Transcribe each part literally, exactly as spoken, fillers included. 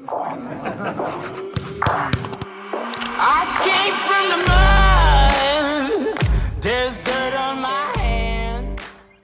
I came from the mud. There's dirt on my hands.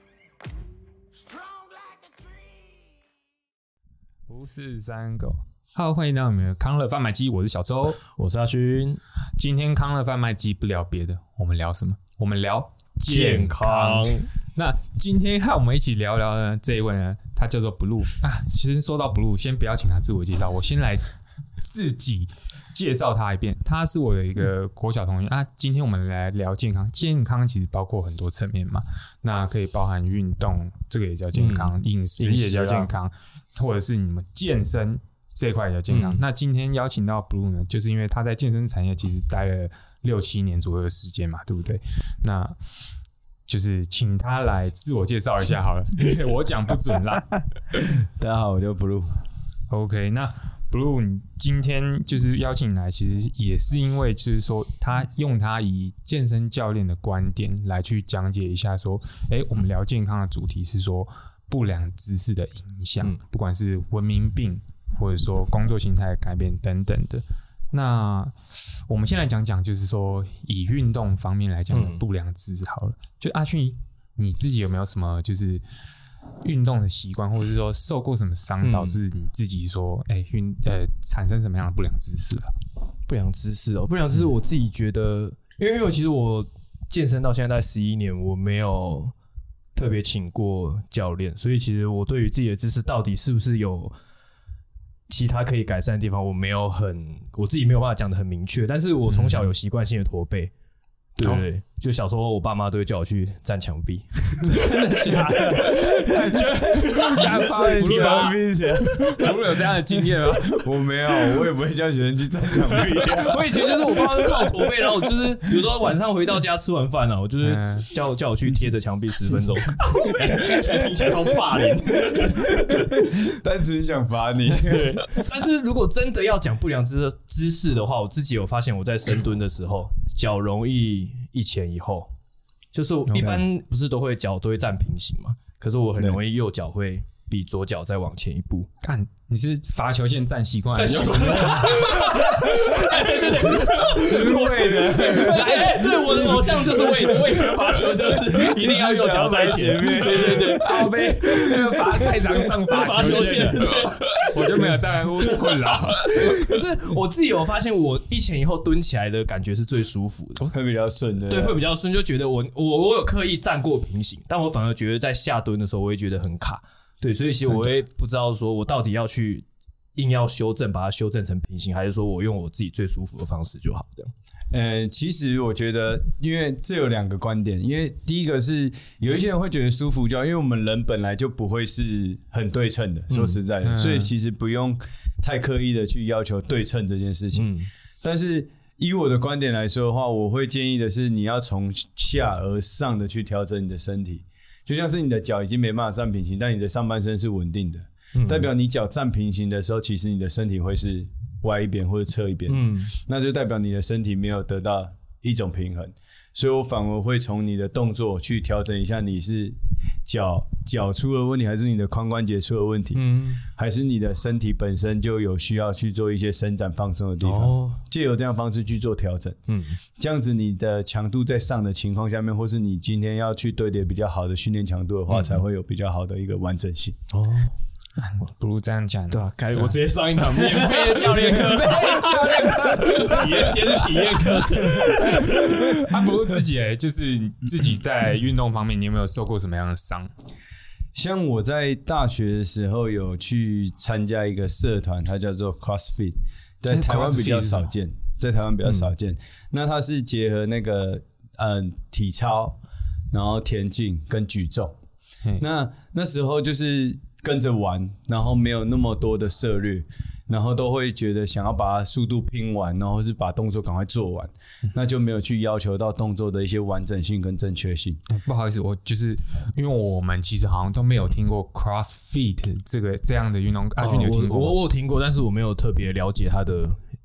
Strong like a tree. 五四三狗，好，欢迎到我们的康乐贩卖机，我是小周， 我是阿勋。 今天康乐贩卖机不聊别的，我们聊什么？我们聊健康。 那今天和我们一起聊聊呢，这一位呢，他叫做 Blue 啊。其实说到 Blue， 先不要请他自我介绍，我先来自己介绍他一遍。他是我的一个国小同学啊。今天我们来聊健康，健康其实包括很多层面嘛，那可以包含运动，这个也叫健康；饮、嗯、食也叫健康，或者是你们健身这一块也叫健康。嗯、那今天邀请到 Blue 呢，就是因为他在健身产业其实待了六七年左右的时间嘛，对不对？那就是请他来自我介绍一下好了，因为我讲不准啦。 大家好，我叫 Blue。OK， 那 Blue 你今天就是邀请来，其实也是因为就是说，他用他以健身教练的观点来去讲解一下，说，哎、欸，我们聊健康的主题是说不良姿势的影响，嗯、不管是文明病，或者说工作形态的改变等等的。那我们先来讲讲，就是说以运动方面来讲的不良姿势好了。嗯、就阿勋，你自己有没有什么就是运动的习惯，或者是说受过什么伤，导致你自己说，哎、欸，运呃产生什么样的不良姿势啊？ 不良姿势哦，不良姿势，我自己觉得，嗯、因为因为其实我健身到现在十一年，我没有特别请过教练，所以其实我对于自己的姿势到底是不是有其他可以改善的地方，我没有很，我自己没有办法讲得很明确。但是我从小有习惯性的驼背，嗯、对不对，对？就小时候我爸妈都会叫我去站墙壁， 真的假的？敢发站墙壁？不会有这样的经验吗？ 我没有，我也不会叫学生去站墙壁。 我以前就是我爸妈靠我驼背，然后我就是比如说晚上回到家吃完饭了，我就是叫叫我去贴着墙壁十分钟。现在听起来超霸凌， 单纯想罚你。 但是如果真的要讲不良姿姿势的话，我自己有发现，我在深蹲的时候脚容易一前一后，就是一般不是都会脚都会站平行嘛？可是我很容易右脚会比左脚再往前一步。 看你是罚球线站习惯，站习惯。 对对对，就是为的。哎，对，我的偶像就是为的，我以前罚球就是一定要右脚在前面。对对对， 啊，被那个罚赛场上罚球线，我就没有这样的困扰。 可是我自己有发现，我一前一后蹲起来的感觉是最舒服的， 会比较顺的。 对，会比较顺，就觉得我我我有刻意站过平行，但我反而觉得在下蹲的时候，我会觉得很卡。对，所以其实我会不知道说我到底要去硬要修正，把它修正成平行，还是说我用我自己最舒服的方式就好这样。 呃，其实我觉得，因为这有两个观点，因为第一个是有一些人会觉得舒服就好，因为我们人本来就不会是很对称的，嗯、说实在的，嗯、所以其实不用太刻意的去要求对称这件事情。嗯、但是以我的观点来说的话，我会建议的是，你要从下而上的去调整你的身体。就像是你的脚已经没办法站平行，但你的上半身是稳定的，嗯、代表你脚站平行的时候，其实你的身体会是歪一边或者侧一边的，嗯、那就代表你的身体没有得到一种平衡。所以我反而会从你的动作去调整一下，你是脚脚出了问题，还是你的髋关节出了问题，嗯、还是你的身体本身就有需要去做一些伸展放松的地方，借由这样的方式去做调整，嗯、这样子你的强度在上的情况下面，或是你今天要去堆叠比较好的训练强度的话，嗯、才会有比较好的一个完整性。哦， 不如这样讲， 对啊，该我直接上一堂免费的教练课，免费教练课，体验今天是体验课。 他不如自己哎，就是自己在运动方面，你有没有受过什么样的伤？ 像我在大学的时候有去参加一个社团，它叫做 CrossFit， 在台湾比较少见，在台湾比较少见。嗯、那它是结合那个呃体操，然后田径跟举重。那那时候就是跟着玩，然后没有那么多的策略，然后都会觉得想要把速度拼完，然后是把动作赶快做完，嗯、那就没有去要求到动作的一些完整性跟正确性。 欸、不好意思，我就是因为我们其实好像都没有听过 CrossFit 这个这样的运动，阿勋你有听过吗？ 我我有听过，但是我没有特别了解它的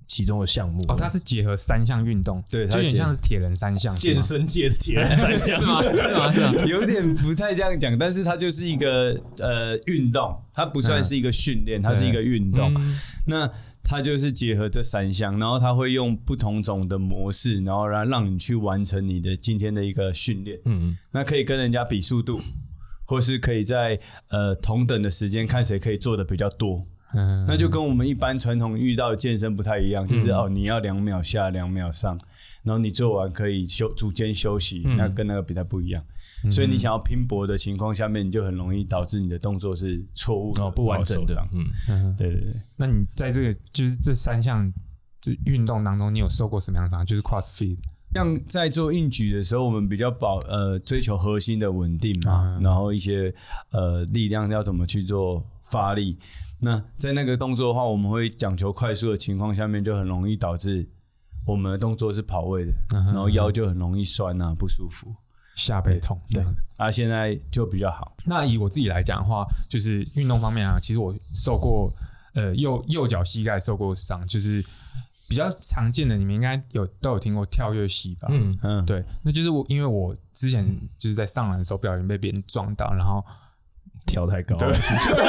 其中的项目哦，它是结合三项运动， 对， 就有点像是铁人三项， 健身界的铁人三项是吗？是吗？是吗？ 有点不太这样讲，但是它就是一个呃运动，它不算是一个训练，它是一个运动。 嗯、 那它就是结合这三项，然后它会用不同种的模式，然后让让你去完成你的今天的一个训练。嗯，那可以跟人家比速度，或是可以在呃同等的时间看谁可以做的比较多。嗯，那就跟我们一般传统遇到的健身不太一样，就是、嗯、哦，你要两秒下，两秒上，然后你做完可以休逐渐休息，嗯、那跟那个比较不一样。嗯、所以你想要拼搏的情况下面，你就很容易导致你的动作是错误的、 哦、不完整的。 嗯，对对对。 那你在这个就是这三项这运动当中，你有受过什么样的伤？就是 CrossFit。 像在做硬举的时候，我们比较保呃追求核心的稳定嘛，嗯、然后一些呃力量要怎么去做发力。那在那个动作的话，我们会讲求快速的情况下面，就很容易导致我们的动作是跑位的，嗯、然后腰就很容易酸啊，不舒服， 下背痛这样子。 啊，现在就比较好。 那以我自己来讲的话，就是运动方面啊，其实我受过呃右右脚膝盖受过伤，就是比较常见的，你们应该有都有听过跳跃膝吧？嗯嗯，对，那就是我因为我之前就是在上篮的时候不小心被别人撞到，然后。 跳太高， 对，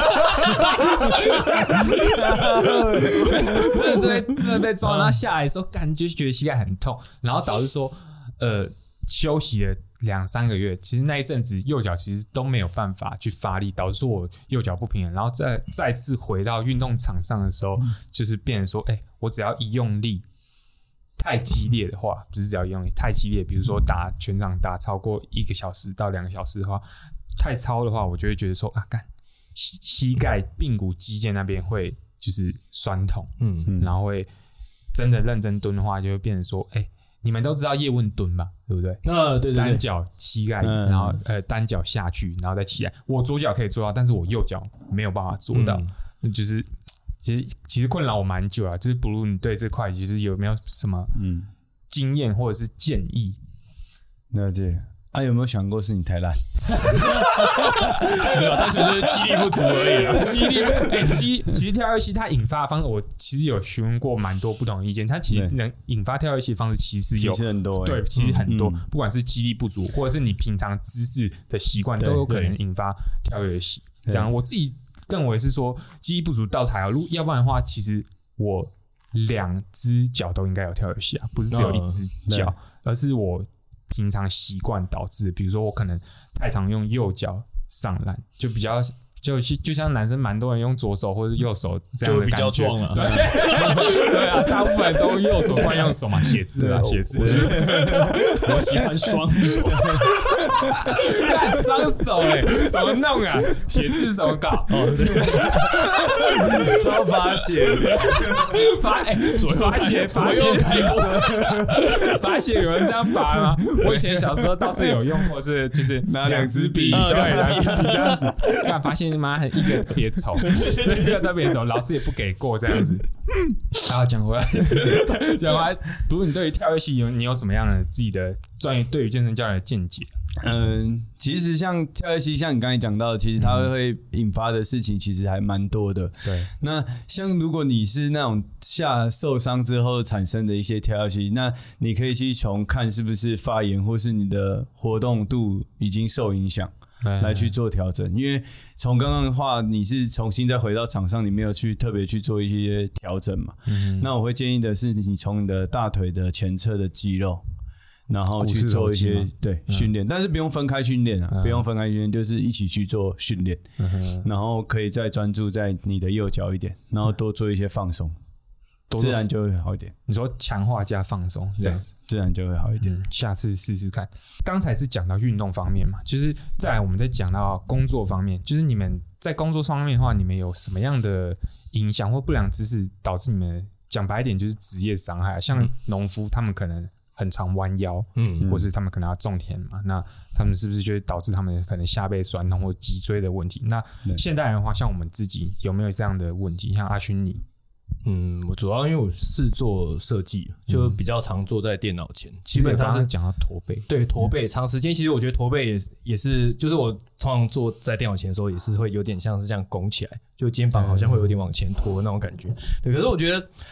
真的是被真的被撞，然后下来的时候，感觉觉得膝盖很痛，然后导致说，呃，休息了两三个月，其实那一阵子右脚其实都没有办法去发力，导致说我右脚不平衡，然后再再次回到运动场上的时候，就是变成说，哎、欸，我只要一用力。太激烈的话，不是只要一用力太激烈，比如说打全场打超过一个小时到两个小时的话。太超的话，我就会觉得说啊，干膝膝盖、髌骨、肌腱那边会就是酸痛，嗯嗯，然后会真的认真蹲的话，就会变成说，哎、欸，你们都知道叶问蹲吧，对不对？ 啊，对对对， 单脚膝盖，嗯、然后呃单脚下去，然后再起来。我左脚可以做到，但是我右脚没有办法做到，那、嗯、就是其实其实困扰我蛮久啊。就是不如你对这块就是有没有什么嗯经验或者是建议？ 了解。啊，有没有想过是你太烂？ 没有，单纯就是肌力不足而已啦。 肌力，哎、欸，肌其实跳跃膝它引发的方式，我其实有询问过蛮多不同的意见。它其实能引发跳跃膝的方式，其实有其实很多、欸， 对，其实很多，嗯、不管是肌力不足，或者是你平常姿势的习惯，都有可能引发跳跃膝。这样，我自己认为是说，肌力不足倒才好，如要不然的话，其实我两只脚都应该有跳跃膝啊，不是只有一只脚，哦、而是我。平常习惯导致，比如说我可能太常用右脚上篮，就比较就就像男生蛮多人用左手或者右手这样的感觉，就比较壮了。对, 对啊，大部分都用右手惯用手嘛，写字啊，写字。 我喜欢双手， 干双手哎、欸，怎么弄啊？写字手稿哦，对， 超罚写， 罚哎，罚写罚写罚写有人这样罚吗？我以前小时候倒是有用过，是就是拿两支笔，对，两支笔这样子，干发现妈一个特别丑，一个特别丑，老师也不给过这样子。好，讲回来，讲回来，不过你对于跳跃系有你有什么样的自己的关于对于健身教练的见解？ 嗯，其实像跳跃系，像你刚才讲到的，其实它会引发的事情其实还蛮多的。 对， 那像如果你是那种下受伤之后产生的一些跳跃系，那你可以去从看是不是发炎，或是你的活动度已经受影响。来去做调整，因为从刚刚的话，你是重新再回到场上，你没有去特别去做一些调整嘛？嗯、那我会建议的是，你从你的大腿的前侧的肌肉，然后去做一些对训练、嗯，但是不用分开训练啊、嗯，不用分开训练，就是一起去做训练、嗯，然后可以再专注在你的右脚一点，然后多做一些放松。自然就会好一点。 你说强化加放松这样子， 自然就会好一点。 嗯、下次试试看。刚才是讲到运动方面嘛，就是再来我们再讲到工作方面，就是你们在工作方面的话，你们有什么样的影响或不良知识导致你们讲白一点就是职业伤害？像农夫他们可能很常弯腰，嗯，或是他们可能要种田嘛，那他们是不是就会导致他们可能下背酸痛或脊椎的问题？那现代人的话，像我们自己有没有这样的问题？像阿勋你？ 嗯，我主要因为我是做设计，就比较常坐在电脑前，嗯、 基本上是讲到驼背， 对驼背，长时间其实我觉得驼背也是也是，就是我通常坐在电脑前的时候，也是会有点像是这样拱起来，就肩膀好像会有点往前拖那种感觉。对，可是我觉得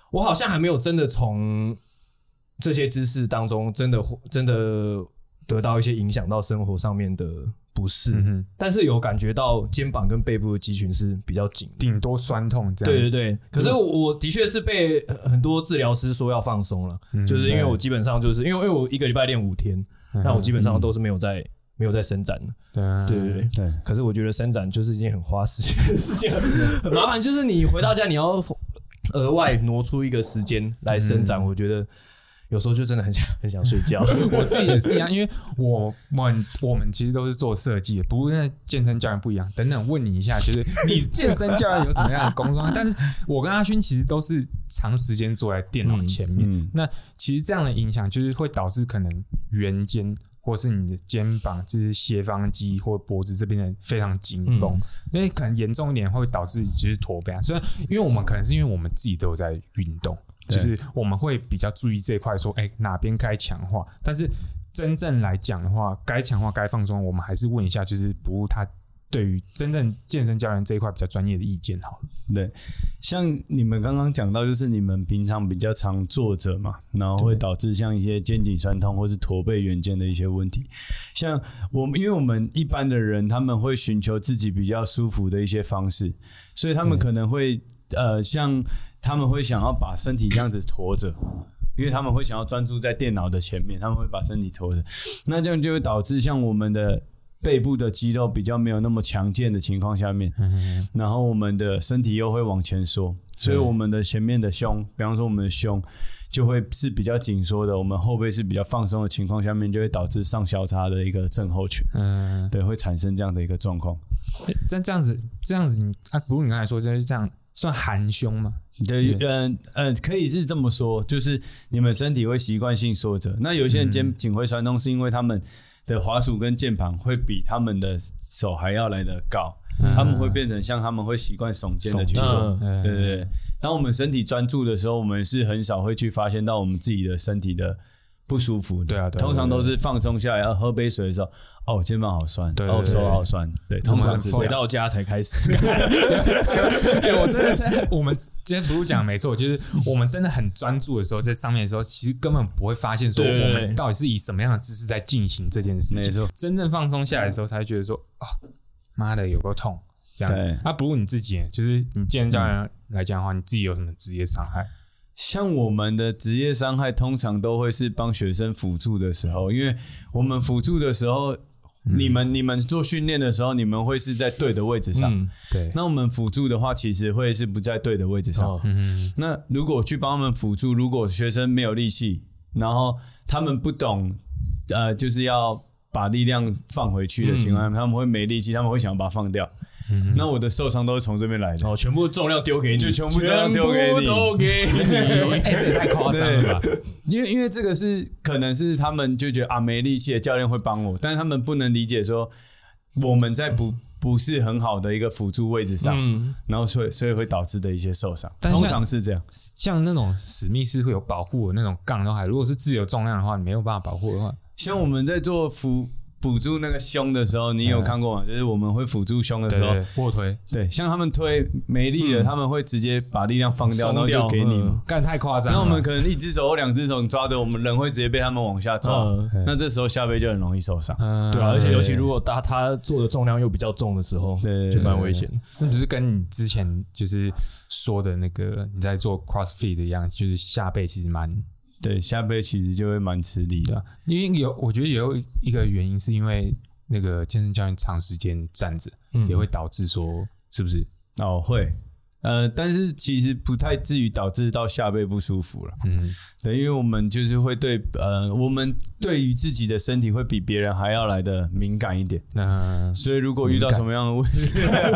我好像还没有真的从这些姿势当中真的真的得到一些影响到生活上面的不适，嗯、但是有感觉到肩膀跟背部的肌群是比较紧， 顶多酸痛这样。 对对对，可是我的确是被很多治疗师说要放松了，嗯、就是因为我基本上就是因为因为我一个礼拜练五天，嗯、那我基本上都是没有在。没有在伸展的，对对对对。可是我觉得伸展就是一件很花时间的事情，很麻烦。就是你回到家，你要额外挪出一个时间来伸展，嗯、我觉得有时候就真的很想很想睡觉。 我自己也是一样，因为我们我们其实都是做设计的，不过那健身教练不一样。等等，问你一下，就是你健身教练有什么样的工作？但是我跟阿勋其实都是长时间坐在电脑前面，嗯嗯、那其实这样的影响就是会导致可能圆肩。或是你的肩膀，就是斜方肌或脖子这边的非常紧绷，嗯、因为可能严重一点会导致就是驼背啊。虽然因为我们可能是因为我们自己都有在运动，就是我们会比较注意这一块，说哎、欸、哪边该强化。但是真正来讲的话，该强化该放松，我们还是问一下，就是不他对于真正健身教练这一块比较专业的意见好了。 对，像你们刚刚讲到，就是你们平常比较常坐着嘛，然后会导致像一些肩颈酸痛或是驼背圆肩的一些问题。像我们，因为我们一般的人，他们会寻求自己比较舒服的一些方式，所以他们可能会呃，像他们会想要把身体这样子驼着。因为他们会想要专注在电脑的前面，他们会把身体驼着，那这样就会导致像我们的背部的肌肉比较没有那么强健的情况下面，嗯、然后我们的身体又会往前缩，所以我们的前面的胸，比方说我们的胸就会是比较紧缩的，我们后背是比较放松的情况下面，就会导致上交叉的一个症候群，嗯，对，会产生这样的一个状况。 但这样子，这样子你，啊，不如你刚才说就是这样。算含胸吗？ 对，嗯呃，可以是这么说，就是你们身体会习惯性缩着。那有些人肩颈会酸痛，是因为他们的滑鼠跟键盘会比他们的手还要来得高，嗯、他们会变成像他们会习惯耸肩的去做。嗯、对对对。当我们身体专注的时候，我们是很少会去发现到我们自己的身体的不舒服。 对啊，对啊， 通常都是放松下来，要喝杯水的时候，哦，肩膀好酸，对对对，哦，手好酸，对，通常是回到家才开始。 对，我真的在我们今天不是讲没错，就是我们真的很专注的时候，在上面的时候，其实根本不会发现说我们到底是以什么样的姿势在进行这件事情。没错，真正放松下来的时候，才会觉得说，哦，妈的，有够痛。这样，对，那不如你自己，就是你健身教练来讲的话，你自己有什么职业伤害？ 像我们的职业伤害通常都会是帮学生辅助的时候，因为我们辅助的时候，嗯、你们你们做训练的时候，你们会是在对的位置上，嗯、对。那我们辅助的话，其实会是不在对的位置上。哦、嗯那如果去帮他们辅助，如果学生没有力气，然后他们不懂，呃，就是要把力量放回去的情况下，嗯、他们会没力气，他们会想要把它放掉。嗯、那我的受伤都是从这边来的， 哦，全部重量丢给你， 就全部重量丢给你， 都给你， 哎、欸，这也太夸张了吧？ 因为因为这个是可能是他们就觉得啊没力气的教练会帮我，但是他们不能理解说我们在不不是很好的一个辅助位置上，嗯、然后所以所以会导致的一些受伤，通常是这样。 像那种史密斯会有保护的那种杠都还，如果是自由重量的话，你没有办法保护的话， 像我们在做辅。辅助那个胸的时候，你有看过吗？嗯、就是我们会辅助胸的时候， 卧推， 对，像他们推没力了，嗯、他们会直接把力量放掉，然后就给你们， 干、嗯、太夸张了。 那我们可能一只手或两只手抓着，我们人会直接被他们往下抓，嗯、那这时候下背就很容易受伤。 嗯、对啊，而且尤其如果他他做的重量又比较重的时候，对，就蛮危险。 那不是跟你之前就是说的那个你在做 CrossFit 一样，就是下背其实蛮。 对，下背其实就会蛮吃力的， 因为有我觉得有一个原因是因为那个健身教练长时间站着，嗯、也会导致说是不是？ 哦，会，呃，但是其实不太至于导致到下背不舒服了。嗯，对，因为我们就是会对呃，我们对于自己的身体会比别人还要来的敏感一点。嗯，所以如果遇到什么样的问题，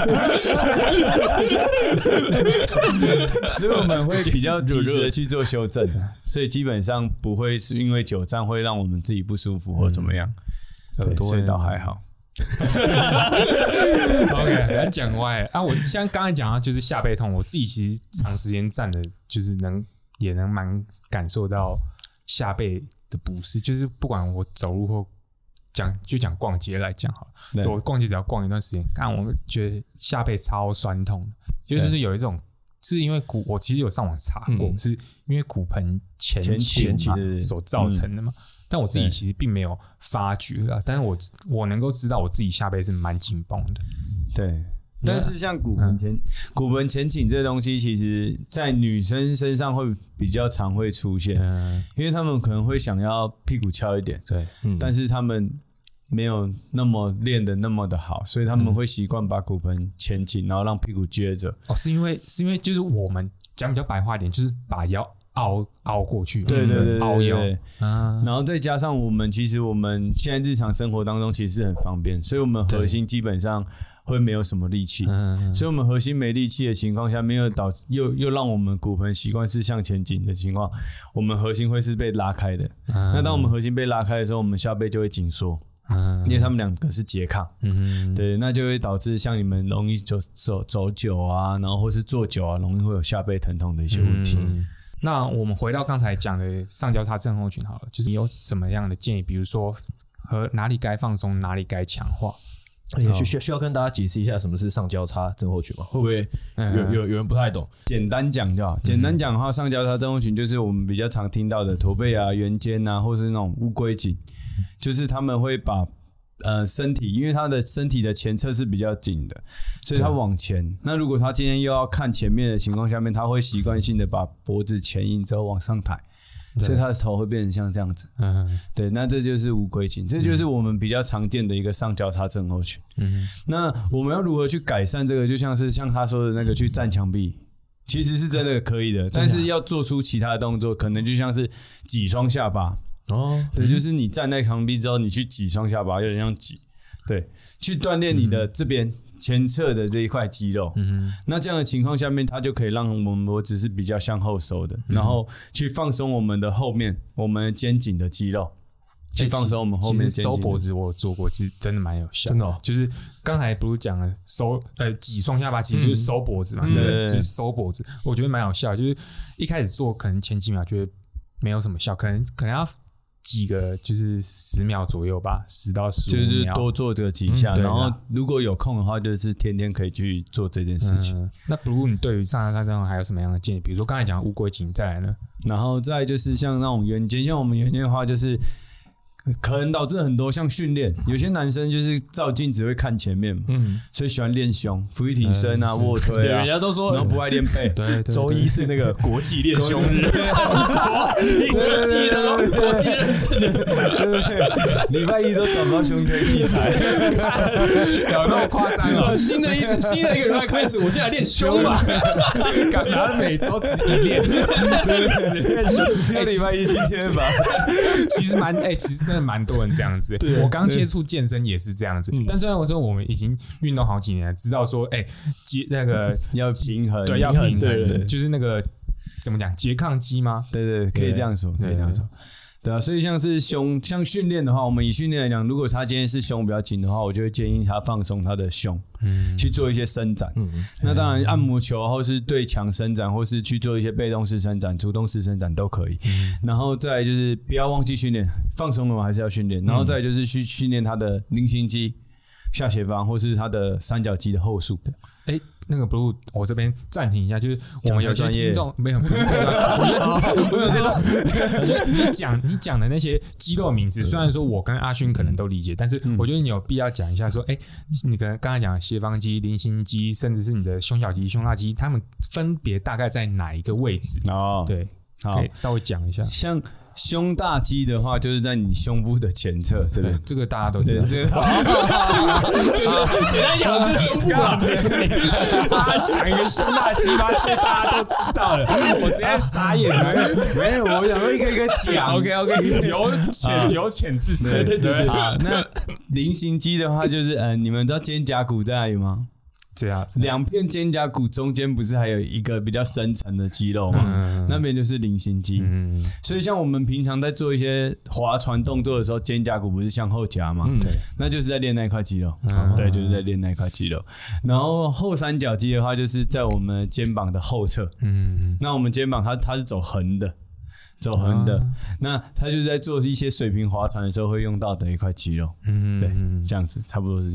所以我们会比较及时的去做修正，所以基本上不会是因为久站会让我们自己不舒服或怎么样，嗯、对，所以倒还好。 OK， 来讲歪啊！我像刚才讲到，就是下背痛，我自己其实长时间站的，就是能也能蛮感受到下背的不适，就是不管我走路或讲就讲逛街来讲好了，我逛街只要逛一段时间，看我觉得下背超酸痛，就是有一种是因为骨，我其实有上网查过， 嗯、 是因为骨盆前倾倾所造成的嘛。嗯、但我自己其实并没有发觉啊，但是我我能够知道我自己下背是蛮紧绷的。 对，但是像骨盆前、嗯、骨盆前倾这东西，其实在女生身上会比较常会出现，嗯、因为他们可能会想要屁股翘一点， 对， 嗯、但是他们没有那么练的那么的好，所以他们会习惯把骨盆前倾，然后让屁股撅着。 哦，是因为是因为就是我们讲比较白话一点，就是把腰凹凹过去， 对对 对, 对, 对， 凹腰、 啊，然后再加上我们其实我们现在日常生活当中其实是很方便，所以我们核心基本上会没有什么力气，嗯、所以我们核心没力气的情况下，没有导致又又让我们骨盆习惯是向前紧的情况，我们核心会是被拉开的。嗯、那当我们核心被拉开的时候，我们下背就会紧缩。嗯、因为他们两个是拮抗，嗯、对，那就会导致像你们容易走走走久啊，然后或是坐久啊，容易会有下背疼痛的一些问题。嗯、 那我们回到刚才讲的上交叉症候群好了，就是你有什么样的建议？比如说和哪里该放松，哪里该强化？ 也需需要跟大家解释一下什么是上交叉症候群吗？会不会有有有人不太懂？ 简单讲就好。简单讲的话，上交叉症候群就是我们比较常听到的驼背啊、圆肩啊，或是那种乌龟颈。就是他们会把呃身体，因为他的身体的前侧是比较紧的，所以他往前。那如果他今天又要看前面的情况下面，他会习惯性的把脖子前引之后往上抬，所以他的头会变成像这样子。嗯，对，那这就是乌龟颈，这就是我们比较常见的一个上交叉症候群。嗯，那我们要如何去改善这个？就像是像他说的那个去站墙壁。其实是真的可以的，但是要做出其他的动作，可能就像是挤双下巴。哦，对，就是你站在墙壁之后，你去挤双下巴，有点像挤，对，去锻炼你的这边前侧的这一块肌肉。嗯哼，那这样的情况下面，它就可以让我们脖子是比较向后收的，嗯、然后去放松我们的后面，我们肩颈的肌肉，去放松我们后面的肩颈。 收脖子我有做过，其实真的蛮有效， 真的、哦。 就是刚才不是讲了收呃挤双下巴，其实就是收脖子嘛，嗯、对，对，就是收脖子，我觉得蛮有效。就是一开始做可能前几秒觉得没有什么效，可能可能要。几个就是十秒左右吧，十到十五秒， 就是多做这几下、嗯，然后如果有空的话，就是天天可以去做这件事情。 嗯、那 Blue， 你对于上交叉症还有什么样的建议？比如说刚才讲乌龟颈，再来呢？ 然后再来就是像那种圆肩，像我们圆肩的话，就是可能导致很多像训练，有些男生就是照镜子会看前面嘛，嗯，所以喜欢练胸、俯卧挺身啊、卧推啊， 人家都说， 然后不爱练背。 对对对， 周一是那个国际练胸日，国际国际的国际认证的， 礼拜一都找不到胸推器材， 有那么夸张哦？ 新的一新的一个礼拜开始，我现在练胸吧， 然后每周只一练，只练胸， 只练礼拜一七天吧。 其实蛮哎，其实真的蛮多人这样子。我刚接触健身也是这样子，但虽然我说我们已经运动好几年了，知道说哎，肌那个要平衡， 对，要平衡，就是那个怎么讲，拮抗肌吗？ 对对，可以这样说，可以这样说。对啊，所以像是胸，像训练的话，我们以训练来讲，如果他今天是胸比较紧的话，我就会建议他放松他的胸，嗯，去做一些伸展。嗯，那当然按摩球或是对墙伸展，或是去做一些被动式伸展、主动式伸展都可以。嗯，然后再来就是不要忘记训练，放松了嘛还是要训练，然后再来就是去训练他的菱形肌、下斜方或是他的三角肌的后束。 哎。那个 Blue， 我这边暂停一下，就是我们有些听众没有不是这个，不是这种，就你讲你讲的那些肌肉名字，虽然说我跟阿勋可能都理解，但是我觉得你有必要讲一下，说，哎、欸，你跟刚才讲的斜方肌、菱形肌，甚至是你的胸小肌、胸大肌，它们分别大概在哪一个位置？哦，对，可以稍微讲一下， 像。胸大肌的话，就是在你胸部的前侧，这边这个大家都知道。 这个就是简单讲就是胸部啊。 他讲一个胸大肌吧，这大家都知道了。我直接傻眼了。 没有，我想说一个一个讲。 OK OK， 由浅由浅至深。 对对对。好，那菱形肌的话，就是呃，你们知道肩胛骨在哪里吗？ 这样， 两片肩胛骨中间不是还有一个比较深层的肌肉吗？嗯、那边就是菱形肌。嗯、所以像我们平常在做一些划船动作的时候，肩胛骨不是向后夹吗？嗯、对，那就是在练那块肌肉。嗯、对，就是在练那块肌肉。然后后三角肌的话，就是在我们肩膀的后侧。嗯，那我们肩膀它它是走横的。走横的，啊、那它就是在做一些水平划船的时候会用到的一块肌肉。嗯，对，这样子差不多是这样。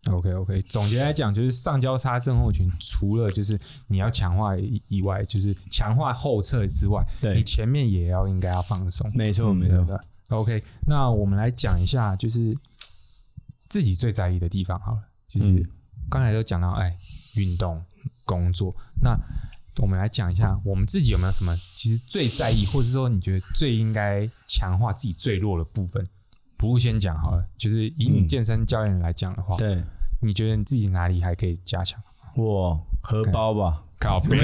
OK OK， 总结来讲，就是上交叉症候群，除了就是你要强化以外，就是强化后侧之外， 对你前面也要应该要放松。 没错，没错。 OK， 那我们来讲一下，就是自己最在意的地方好了。就是刚才都讲到，哎，运动、工作，那我们来讲一下，我们自己有没有什么其实最在意，或者说你觉得最应该强化自己最弱的部分？不如先讲好了，就是以你健身教练来讲的话， 嗯、对， 你觉得你自己哪里还可以加强？ 我荷包吧， 靠背。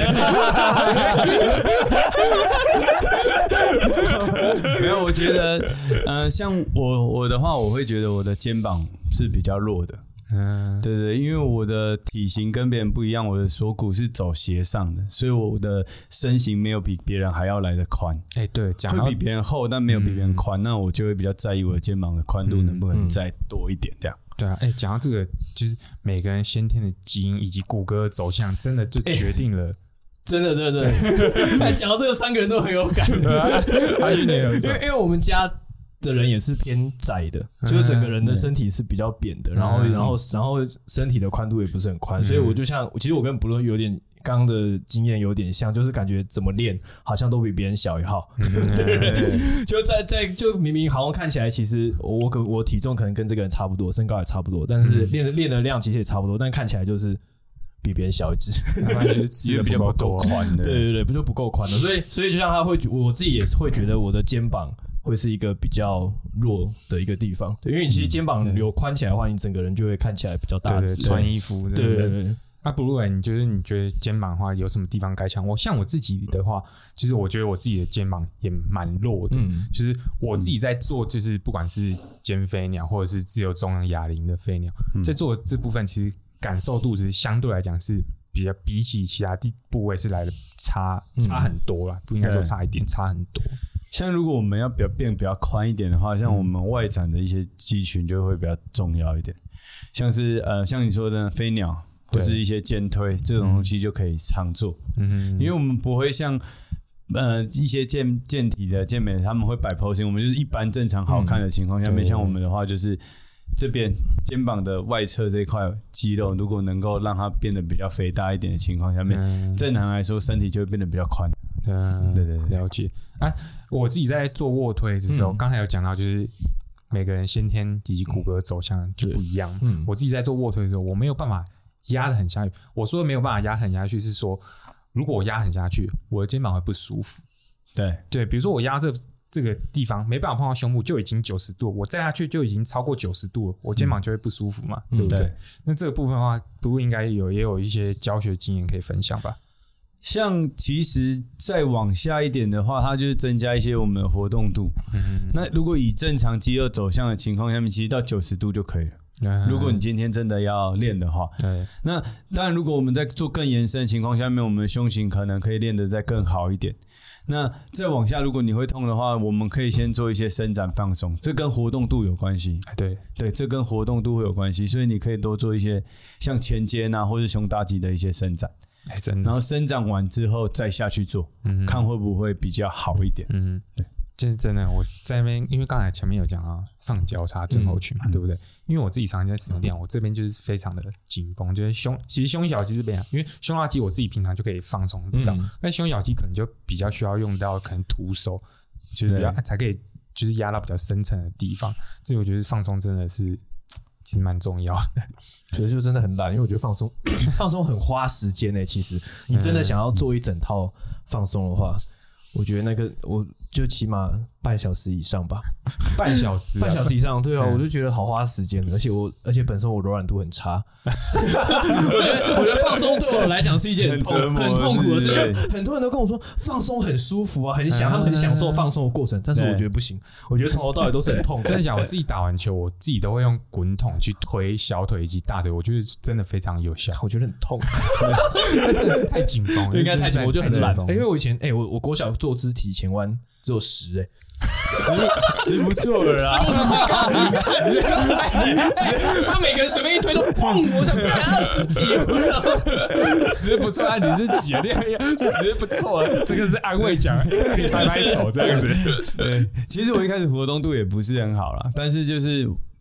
没有，我觉得，呃，像我我的话，我会觉得我的肩膀是比较弱的。嗯，对对，因为我的体型跟别人不一样，我的锁骨是走斜上的，所以我的身形没有比别人还要来得宽。 哎、欸，对， 会比别人厚，但没有比别人宽、嗯，那我就会比较在意我的肩膀的宽度能不能再多一点，这样。 嗯嗯、对啊，哎、欸，讲到这个，就是每个人先天的基因以及骨骼的走向，真的就决定了。欸真的，真的，真的。但讲到这个，三个人都很有感。对啊，阿俊也有，因为因为我们家的人也是偏窄的，就是整个人的身体是比较扁的，然后然后然后身体的宽度也不是很宽，所以我就像，其实我跟不论有点刚刚的经验有点像，就是感觉怎么练好像都比别人小一号，对，就在在就明明好像看起来其实我我我体重可能跟这个人差不多，身高也差不多，但是练练的量其实也差不多，但看起来就是。比别人小一只， 因为比较不够宽的， 对对对，不就不够宽的，所以所以就像他会，我自己也是会觉得我的肩膀会是一个比较弱的一个地方，对，因为你其实肩膀有宽起来的话，你整个人就会看起来比较大只， 对对，穿衣服， 对对对。 那不如你就是你觉得肩膀的话有什么地方该强？我像我自己的话，其实我觉得我自己的肩膀也蛮弱的，嗯，就是我自己在做，就是不管是肩飞鸟或者是自由重量哑铃的飞鸟，嗯、在做这部分其实。感受度是相对来讲是比较比起其他地部位是来的差差很多啦，不应该说差一点，差很多。 像如果我们要比较变比较宽一点的话，像我们外展的一些肌群就会比较重要一点，像是呃像你说的飞鸟或是一些肩推这种东西就可以常做，嗯，因为我们不会像。呃，一些健健体的健美的他们会摆 posing， 我们就是一般正常好看的情况下面，嗯、像我们的话就是这边肩膀的外侧这块肌肉，如果能够让它变得比较肥大一点的情况下面，嗯、正常来说身体就会变得比较宽。 嗯，对对对，了解。啊，我自己在做卧推的时候，刚、嗯、才有讲到，就是每个人先天以及骨骼走向就不一样。嗯，我自己在做卧推的时候，我没有办法压得很下去。我说的没有办法压很下去，是说。如果我压很下去，我的肩膀会不舒服。 对对，比如说我压这这个地方没办法碰到胸部，就已经九十度，我再下去就已经超过九十度了，我肩膀就会不舒服嘛，嗯、对不对？对，那这个部分的话，不应该有也有一些教学经验可以分享吧？ 像其实再往下一点的话，它就是增加一些我们的活动度。嗯、那如果以正常肌肉走向的情况下面，其实到九十度就可以了。如果你今天真的要练的话，对，那当然，如果我们在做更延伸的情况下面，我们的胸型可能可以练得再更好一点。那再往下，如果你会痛的话，我们可以先做一些伸展放松，这跟活动度有关系。 对对，这跟活动度会有关系，所以你可以多做一些像前肩啊，或是胸大肌的一些伸展。 哎，真的。 然后伸展完之后再下去做，嗯、看会不会比较好一点。嗯，对。 就是真的，我在那边，因为刚才前面有讲到上交叉症候群嘛，嗯、对不对？因为我自己常常在使用电脑，我这边就是非常的紧绷，就是胸，其实胸小肌这边啊，因为胸大肌我自己平常就可以放松到，嗯、但胸小肌可能就比较需要用到可能徒手，就是比较才可以，就是压到比较深层的地方，所以我觉得放松真的是其实蛮重要的。 所以就真的很懒，因为我觉得放松放松很花时间诶、欸。其实你真的想要做一整套放松的话，我觉得那个我。就起码半小时以上吧， 半小时、啊， 半小时以上，对啊，嗯、我就觉得好花时间，而且我，而且本身我柔软度很差，我觉得，我觉得放松对我来讲是一件很痛、很, 很痛苦的事。就很多人都跟我说放松很舒服啊，很享，他们很享受放松的过程，但是我觉得不行，我觉得从头到尾都是很痛。 真的讲，我自己打完球，我自己都会用滚筒去推小腿以及大腿，我觉得真的非常有效。 我觉得很痛， 真的是太紧绷了， 对，应该太紧，我就很懒、欸。因为我以前，哎、欸，我我国小做肢体前弯。只有十哎、 欸，十十不错了啦， 十不错，十十，那每个人随便一推都砰，我想干二十几， 十不错啊，你是几啊？十不错，这个是安慰奖，可以拍拍手这样子。 对，其实我一开始活动度也不是很好啦，但是就是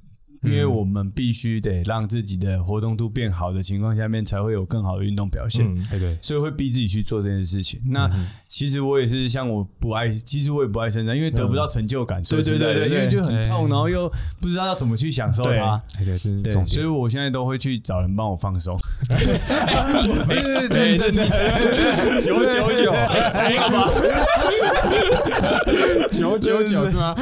因为我们必须得让自己的活动度变好的情况下面，才会有更好的运动表现。 嗯， 对对， 所以会逼自己去做这件事情。那其实我也是，像我不爱，其实我也不爱伸展，因为得不到成就感。对对对对，因为就很痛，然后又不知道要怎么去享受它。 对对，这是对， 重点。 所以我现在都会去找人帮我放松。 对对对对，九九九，谁干嘛？ 九九九是吗？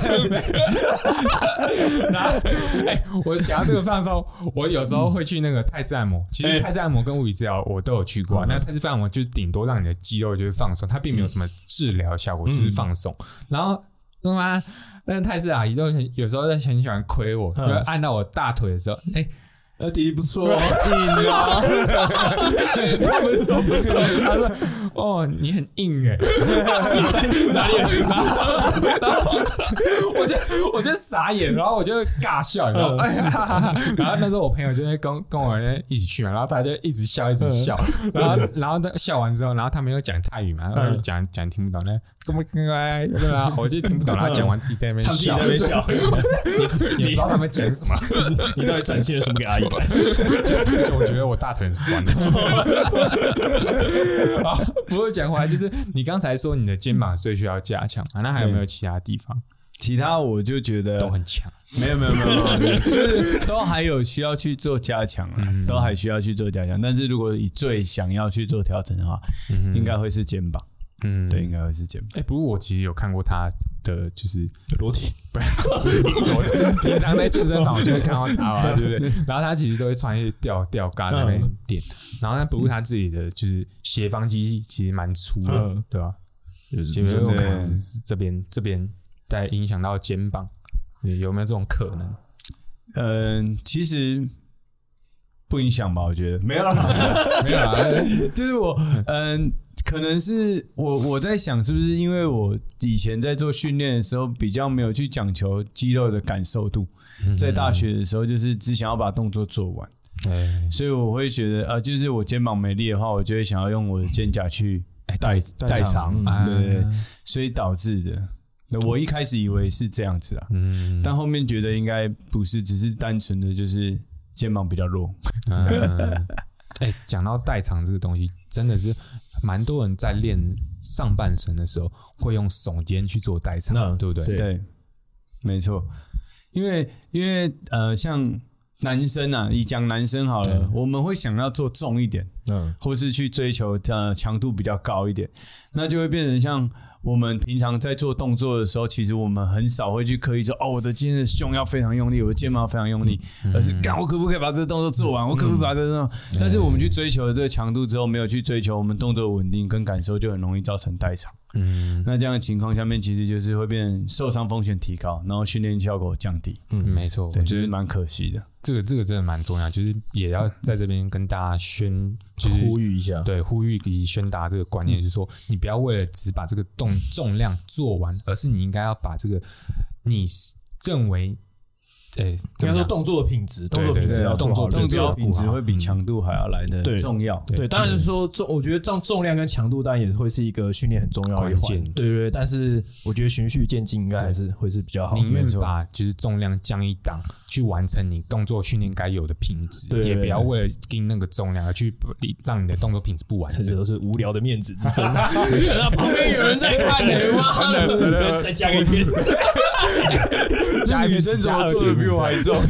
哎，我讲到这个放松，我有时候会去那个泰式按摩。其实泰式按摩跟物理治疗我都有去过。那泰式按摩就顶多让你的肌肉就是放松，它并没有什么治疗效果，就是放松。然后那么那个泰式阿姨就很有时候很喜欢亏我，就按到我大腿的时候，哎。 呃，弟弟不错，硬啊！ 他们手不错，他说：“哦，你很硬哎， 哪里很硬？” 然后我就我就傻眼，然后我就尬笑，你知道吗？然后那时候我朋友就会跟跟我一起去嘛，然后他就一直笑，一直笑，然后然后笑完之后，然后他们又讲泰语嘛，然后讲讲听不懂那。根本应该对啊，我就听不懂，然后讲完自己在那边笑， 在那边笑， 你不知道他们讲什么， 你到底展现了什么给阿姨看？ 就就我觉得我大腿很酸的，就是。好，不过讲回来，就是你刚才说你的肩膀最需要加强啊，那还有没有其他地方？ 其他我就觉得都很强， 没有没有没有，就是都还有需要去做加强啊，嗯、都还需要去做加强。但是如果以最想要去做调整的话，嗯、应该会是肩膀。嗯，对，应该会是肩膀。 哎、欸，不过我其实有看过他的，就是裸体， 平常在健身房我就会看到他嘛，对不对？然后他其实都会穿一些吊吊嘎在那边练，然后他不过他自己的就是斜方肌其实蛮粗的，嗯、对吧？就是我可能这边这边在影响到肩膀，有没有这种可能？ 嗯，其实。不影响吧？我觉得没有啦， 没有啦， 就是我，嗯，可能是我我在想，是不是因为我以前在做训练的时候，比较没有去讲求肌肉的感受度，在大学的时候，就是只想要把动作做完，所以我会觉得，呃，就是我肩膀没力的话，我就会想要用我的肩胛去代代偿，对，所以导致的。我一开始以为是这样子啊，嗯，但后面觉得应该不是，只是单纯的就是。肩膀比较弱， 嗯，哎，讲到代偿这个东西，真的是蛮多人在练上半身的时候会用耸肩去做代偿，对不对？ 对，没错，因为因为呃，像男生啊，以讲男生好了，我们会想要做重一点，嗯，或是去追求呃强度比较高一点，那就会变成像。我们平常在做动作的时候，其实我们很少会去刻意说，哦，我的今天的胸要非常用力，我的肩膀非常用力，嗯、而是干我可不可以把这个动作做完？嗯、我可不可以把这个动作？嗯、但是我们去追求的这个强度之后，没有去追求我们动作的稳定跟感受，就很容易造成代偿。嗯，那这样的情况下面，其实就是会变受伤风险提高，然后训练效果降低。 嗯，没错， 对，就是蛮可惜的。 这个这个真的蛮重要，就是也要在这边跟大家宣，就是呼吁一下， 对，呼吁以及宣达这个观念，就是说，你不要为了只把这个动重量做完，而是你应该要把这个你认为。对， 应该说动作的品质，动作品质要动作动作品质会比强度还要来的重要。 对，当然是说重，我觉得重重量跟强度当然也会是一个训练很重要的一环。对对对，但是我觉得循序渐进应该还是会是比较好。 宁愿把就是重量降一档，去完成你动作训练该有的品质，也不要为了跟那个重量而去让你的动作品质不完整。 这都是无聊的面子之争。旁边有人在看你吗？真的真的，再加个一片。 加女生怎么做的比我还重？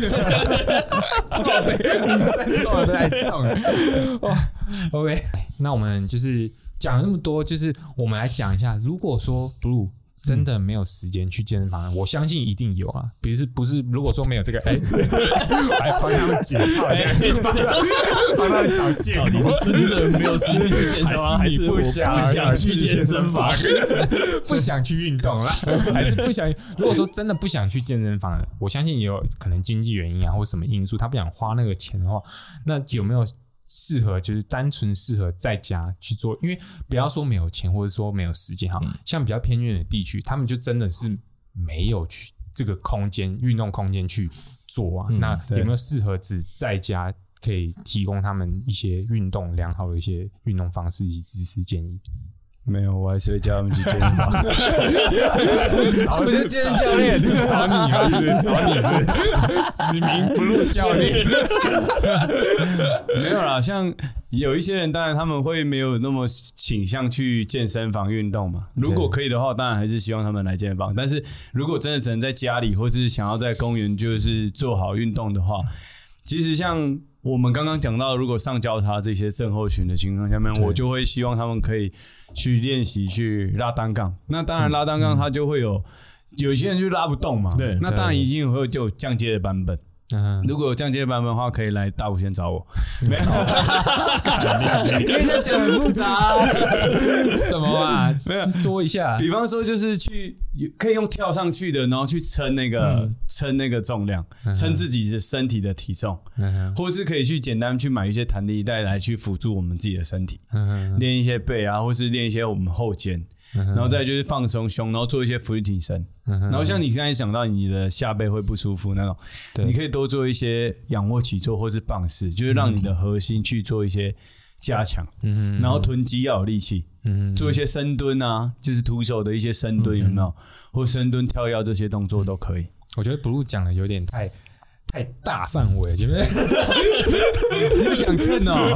女生做的都太重了。哇 ，OK， 那我们就是讲了那么多，就是我们来讲一下，如果说 Blue 真的没有时间去健身房，我相信一定有啊。比如是不是？如果说没有这个，哎、欸，来帮他们解套，帮他们找借口。 你是真的没有时间去健身房，还是不想不想去健身房？ 不想去运动啦，还是不想？如果说真的不想去健身房，我相信也有可能经济原因啊，或什么因素，他不想花那个钱的话，那有没有？适合就是单纯适合在家去做，因为不要说没有钱或者说没有时间哈，像比较偏远的地区，他们就真的是没有去这个空间运动空间去做啊。嗯、那有没有适合只在家可以提供他们一些运动良好的一些运动方式以及知识建议？ 没有，我还是会叫他们去健身房。我就健身教练找你啊，是找你是指名不录教练。 没有啦，像有一些人，当然他们会没有那么倾向去健身房运动嘛。如果可以的话，当然还是希望他们来健身房。但是如果真的只能在家里，或是想要在公园就是做好运动的话，其实像我们刚刚讲到，如果上交叉这些症候群的情况下面，我就会希望他们可以去练习去拉单杠。那当然拉单杠，它就会有、嗯、有些人就拉不动嘛。对，那当然一定会就有降阶的版本。嗯、如果有降阶版本的话，可以来大五线找我。没有，因为这讲很复杂。 什么啊？没有说一下。 比方说，就是去可以用跳上去的，然后去撑那个撑、嗯、那个重量，撑自己的身体的体重，嗯、或是可以去简单去买一些弹力带来去辅助我们自己的身体，嗯、练一些背啊，或是练一些我们后肩。然后再就是放松胸，然后做一些俯卧撑。然后像你刚才讲到你的下背会不舒服那种，你可以多做一些仰卧起坐或是棒式，就是让你的核心去做一些加强。然后臀肌要有力气，做一些深蹲啊，就是徒手的一些深蹲有没有？或深蹲、跳跃这些动作都可以。 我觉得 Blue 讲的有点太。太大范围，前面你不想蹭哦？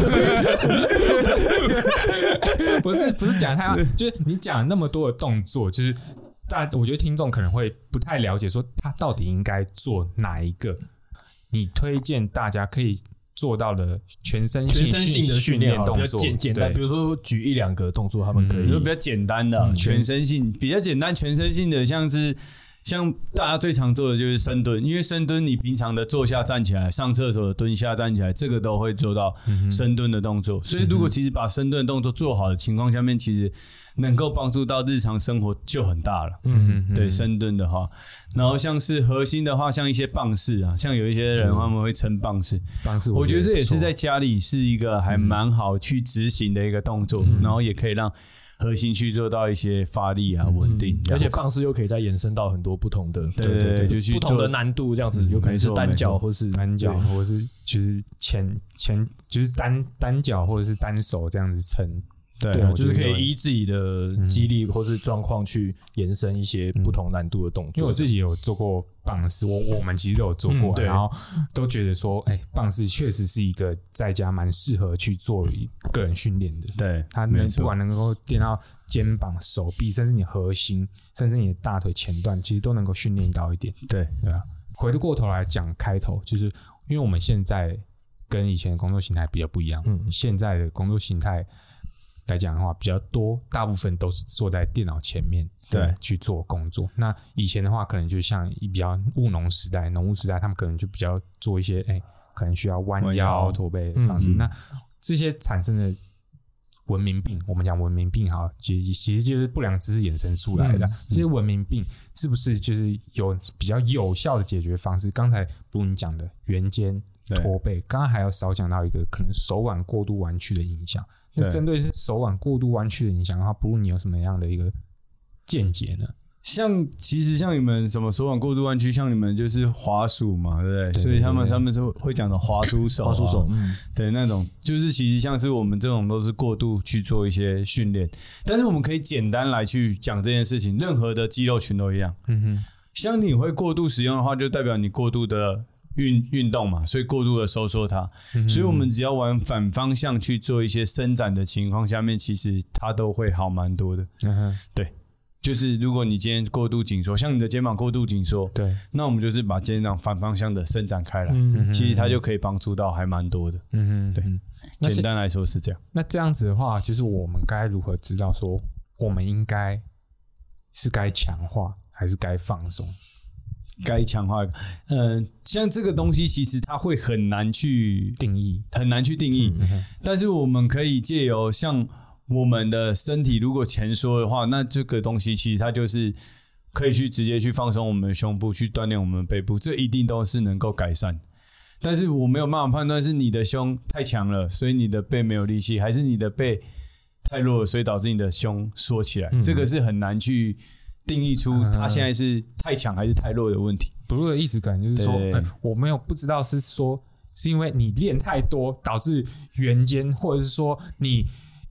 不是不是讲太，就是你讲那么多的动作，就是大，我觉得听众可能会不太了解，说他到底应该做哪一个？你推荐大家可以做到的全身全身性的训练动作， 简简单，比如说举一两个动作，他们可以， 比如比较简单的、嗯、全身性，比较简单全身性的，像是。像大家最常做的就是深蹲，因为深蹲你平常的坐下站起来，上厕所的蹲下站起来，这个都会做到深蹲的动作。所以如果其实把深蹲的动作做好的情况下面，其实能够帮助到日常生活就很大了。嗯嗯，对，深蹲的话，然后像是核心的话，像一些棒式啊，像有一些人他们会撑棒式，棒式我觉得这也是在家里是一个还蛮好去执行的一个动作，然后也可以让。核心去做到一些发力啊，稳定、 嗯，而且棒式又可以再延伸到很多不同的， 对对 对, 对，就去不同的难度这样子，有可能是单脚，或是单脚，或者是就是前前就是单单脚或者是单手这样子撑。 对，对就是可以依自己的肌力或是状况去延伸一些不同难度的动作。 因为我自己有做过棒式，我我们其实都有做过、嗯，然后都觉得说，哎、欸，棒式确实是一个在家蛮适合去做个人训练的。 对， 它能不管能够练到肩膀、手臂，甚至你核心，甚至你的大腿前段，其实都能够训练到一点。 对， 对吧？回过头来讲开头，就是因为我们现在跟以前的工作形态比较不一样，嗯，现在的工作形态。来讲的话比较多，大部分都是坐在电脑前面对去做工作。那以前的话，可能就像比较务农时代、农务时代，他们可能就比较做一些哎、欸，可能需要弯腰、驼背的方式、嗯。那这些产生的文明病，我们讲文明病哈，其实就是不良知识衍生出来的、嗯。这些文明病是不是就是有比较有效的解决方式？刚才不如你讲的圆肩、驼背，刚刚还有少讲到一个可能手腕过度弯曲的影响。那针对手腕过度弯曲的影响的话，不如你有什么样的一个见解呢？ 像其实像你们什么手腕过度弯曲，像你们就是滑鼠嘛，对不对？对对对对，所以他们他们是会讲的滑鼠手、啊，滑鼠手，嗯，对，那种就是其实像是我们这种都是过度去做一些训练，但是我们可以简单来去讲这件事情，任何的肌肉群都一样，嗯哼，像你会过度使用的话，就代表你过度的。运运动嘛，所以过度的收缩它、嗯，所以我们只要往反方向去做一些伸展的情况下面，其实它都会好蛮多的。嗯、对，就是如果你今天过度紧缩，像你的肩膀过度紧缩，对，那我们就是把肩膀反方向的伸展开来，嗯、其实它就可以帮助到还蛮多的。嗯对，简单来说是这样。 那这样子的话，就是我们该如何知道说，我们应该是该强化还是该放松？ 该强化，嗯、呃，像这个东西其实它会很难去定义， 很难去定义。嗯、但是我们可以借由像我们的身体，如果前缩的话，那这个东西其实它就是可以去直接去放松我们的胸部，去锻炼我们的背部，这一定都是能够改善。但是我没有办法判断是你的胸太强了，所以你的背没有力气，还是你的背太弱了，所以导致你的胸缩起来。嗯、这个是很难去。定义出他现在是太强还是太弱的问题。 不弱的意思可能就是说，欸、我没有不知道是说是因为你练太多导致圆肩，或者是说你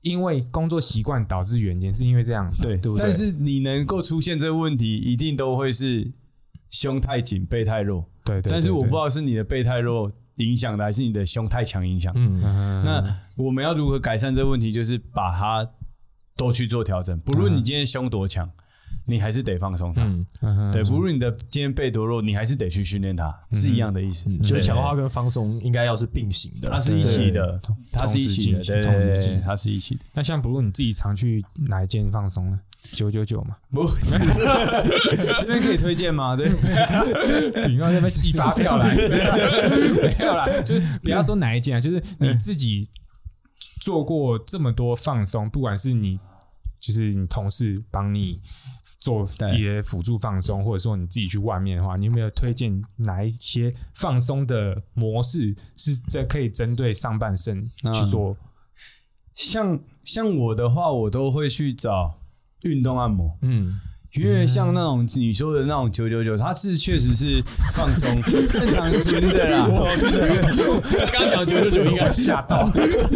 因为工作习惯导致远见，是因为这样， 对对不对？ 但是你能够出现这个问题，一定都会是胸太紧、背太弱。 对 对, 对, 对。 但是我不知道是你的背太弱影响的，还是你的胸太强影响。 嗯， 那我们要如何改善这个问题？就是把它都去做调整，不论你今天胸多强。你还是得放松它，嗯、对，不论你的今天背多弱，你还是得去训练它，嗯、是一样的意思。 就是强化跟放松应该要是并行的， 它是一起的，它是一起的，对对对对，它是一起的。 那像不论你自己常去哪一间放松呢？九九九嘛， 不，这边可以推荐吗？对， 你要那边寄发票来，没有啦，就是不要说哪一间啊，就是你自己做过这么多放松，不管是你就是你同事帮你。做一些辅助放松，或者说你自己去外面的话，你有没有推荐哪一些放松的模式是这可以针对上半身去做？嗯、 像像我的话，我都会去找运动按摩，嗯。因为像那种你说的那种九九九，它是确实是放松正常纯的啦。 他刚讲九九九应该吓到，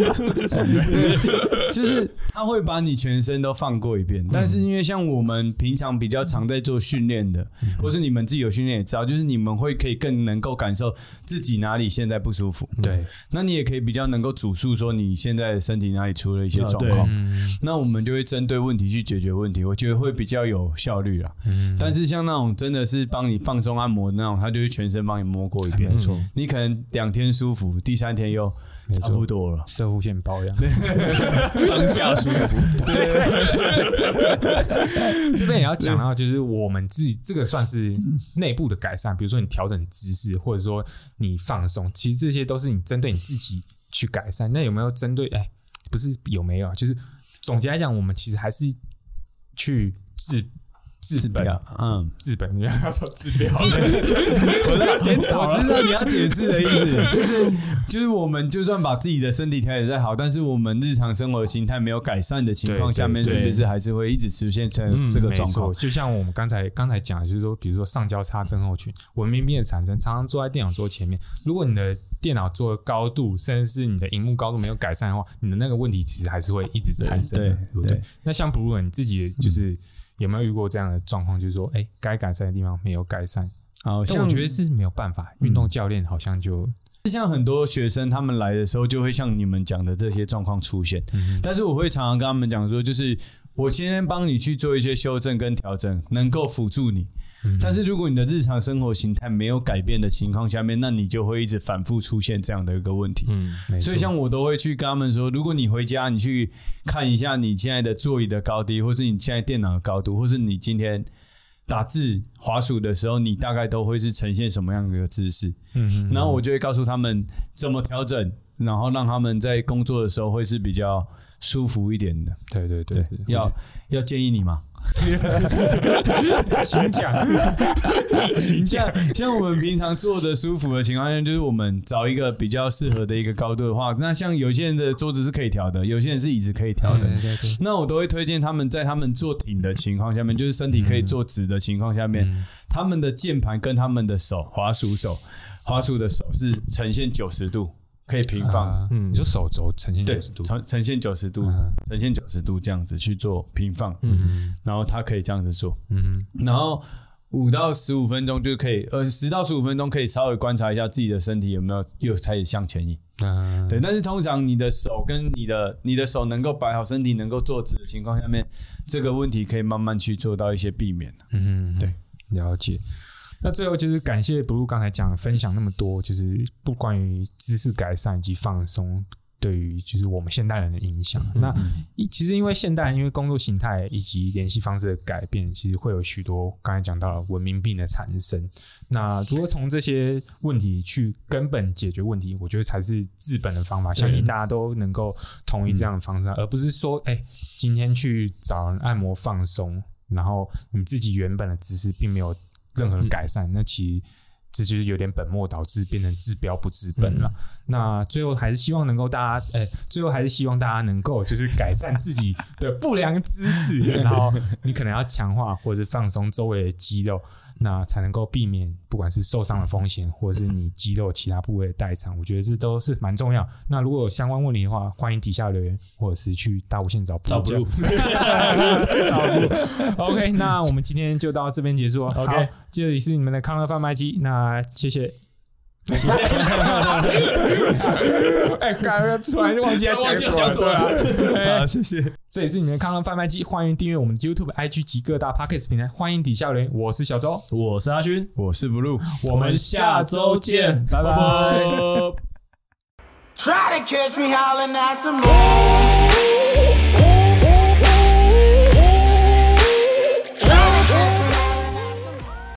就是他会把你全身都放过一遍。但是因为像我们平常比较常在做训练的，或是你们自己有训练也知道，就是你们会可以更能够感受自己哪里现在不舒服。 对， 那你也可以比较能够主诉说你现在身体哪里出了一些状况。那我们就会针对问题去解决问题，我觉得会比较有效率啦，嗯、但是像那种真的是帮你放松按摩的那种，他就会全身帮你摸过一遍。没错，你可能两天舒服，第三天又差不多了。 射护线保养， 当下舒服。 这边也要讲到，就是我们自己这个算是内部的改善，比如说你调整姿势，或者说你放松，其实这些都是你针对你自己去改善。那有没有针对？哎，不是有没有，就是总结来讲，我们其实还是去治。治本，嗯，治本，你要说治标，我我知道你要解释的意思，就是就是我们就算把自己的身体调节再好，但是我们日常生活形态没有改善的情况下面，是不是还是会一直出现这个状况？ 就像我们刚才刚才讲的，就是说，比如说上交叉症候群、文明病的产生，常常坐在电脑桌前面，如果你的电脑桌的高度，甚至是你的萤幕高度没有改善的话，你的那个问题其实还是会一直产生的，对不对？那像不论你自己就是。嗯有没有遇过这样的状况？就是说，哎、欸，该改善的地方没有改善，好像我觉得是没有办法。运动教练好像就像很多学生他们来的时候，就会像你们讲的这些状况出现。嗯、但是我会常常跟他们讲说，就是我今天帮你去做一些修正跟调整，能够辅助你。但是如果你的日常生活形态没有改变的情况下面，那你就会一直反复出现这样的一个问题。嗯，所以像我都会去跟他们说，如果你回家你去看一下你现在的座椅的高低，或是你现在电脑的高度，或是你今天打字滑鼠的时候，你大概都会是呈现什么样的一个姿势。嗯，然后我就会告诉他们怎么调整，然后让他们在工作的时候会是比较舒服一点的。 对对 对, 对， 要要建议你吗？ 请讲， 请讲。像我们平常坐的舒服的情况下，就是我们找一个比较适合的一个高度的话，那像有些人的桌子是可以调的，有些人是椅子可以调的。对对对，那我都会推荐他们在他们坐挺的情况下面，就是身体可以坐直的情况下面，嗯、他们的键盘跟他们的手，滑鼠手、滑鼠的手是呈现九十度。可以平放， 啊、嗯，你说手肘呈现九十度， 呈呈现九十度，嗯、呈现九十度这样子去做平放，嗯，然后它可以这样子做，嗯，然后五到十五分钟就可以，呃，十到十五分钟可以稍微观察一下自己的身体有没有又开始向前移，嗯，对，但是通常你的手跟你的你的手能够摆好身体能够坐直的情况下面，这个问题可以慢慢去做到一些避免，嗯，对， 了解。那最后就是感谢 Blue 刚才讲分享那么多，就是不关于姿势改善以及放松对于就是我们现代人的影响。嗯、那其实因为现代人因为工作形态以及联系方式的改变，其实会有许多刚才讲到了文明病的产生。那如何从这些问题去根本解决问题，我觉得才是治本的方法。相信大家都能够同意这样的方式，嗯、而不是说哎、欸，今天去找人按摩放松，然后你自己原本的姿势并没有任何的改善，嗯、那其实这就是有点本末倒置，变成治标不治本了。嗯、那最后还是希望能够大家，呃、欸，最后还是希望大家能够就是改善自己的不良姿势，然后你可能要强化或者是放松周围的肌肉，那才能够避免不管是受伤的风险，或者是你肌肉其他部位的代偿。我觉得这都是蛮重要。那如果有相关问题的话，欢迎底下留言，或者是去大无限找找不路。找不路。OK， 那我们今天就到这边结束。OK， 这里是你们的康乐贩卖机，那谢谢。谢谢。哎，刚刚突然就忘记要讲什么了。好，谢谢。这里是你们的康乐贩卖机，欢迎订阅我们的 YouTube、I G 及各大 Podcast 平台，欢迎底下留言。我是小周， 我是阿勋， 我是 Blue， 我们下周见，拜拜。 Try to catch me howling at the moon.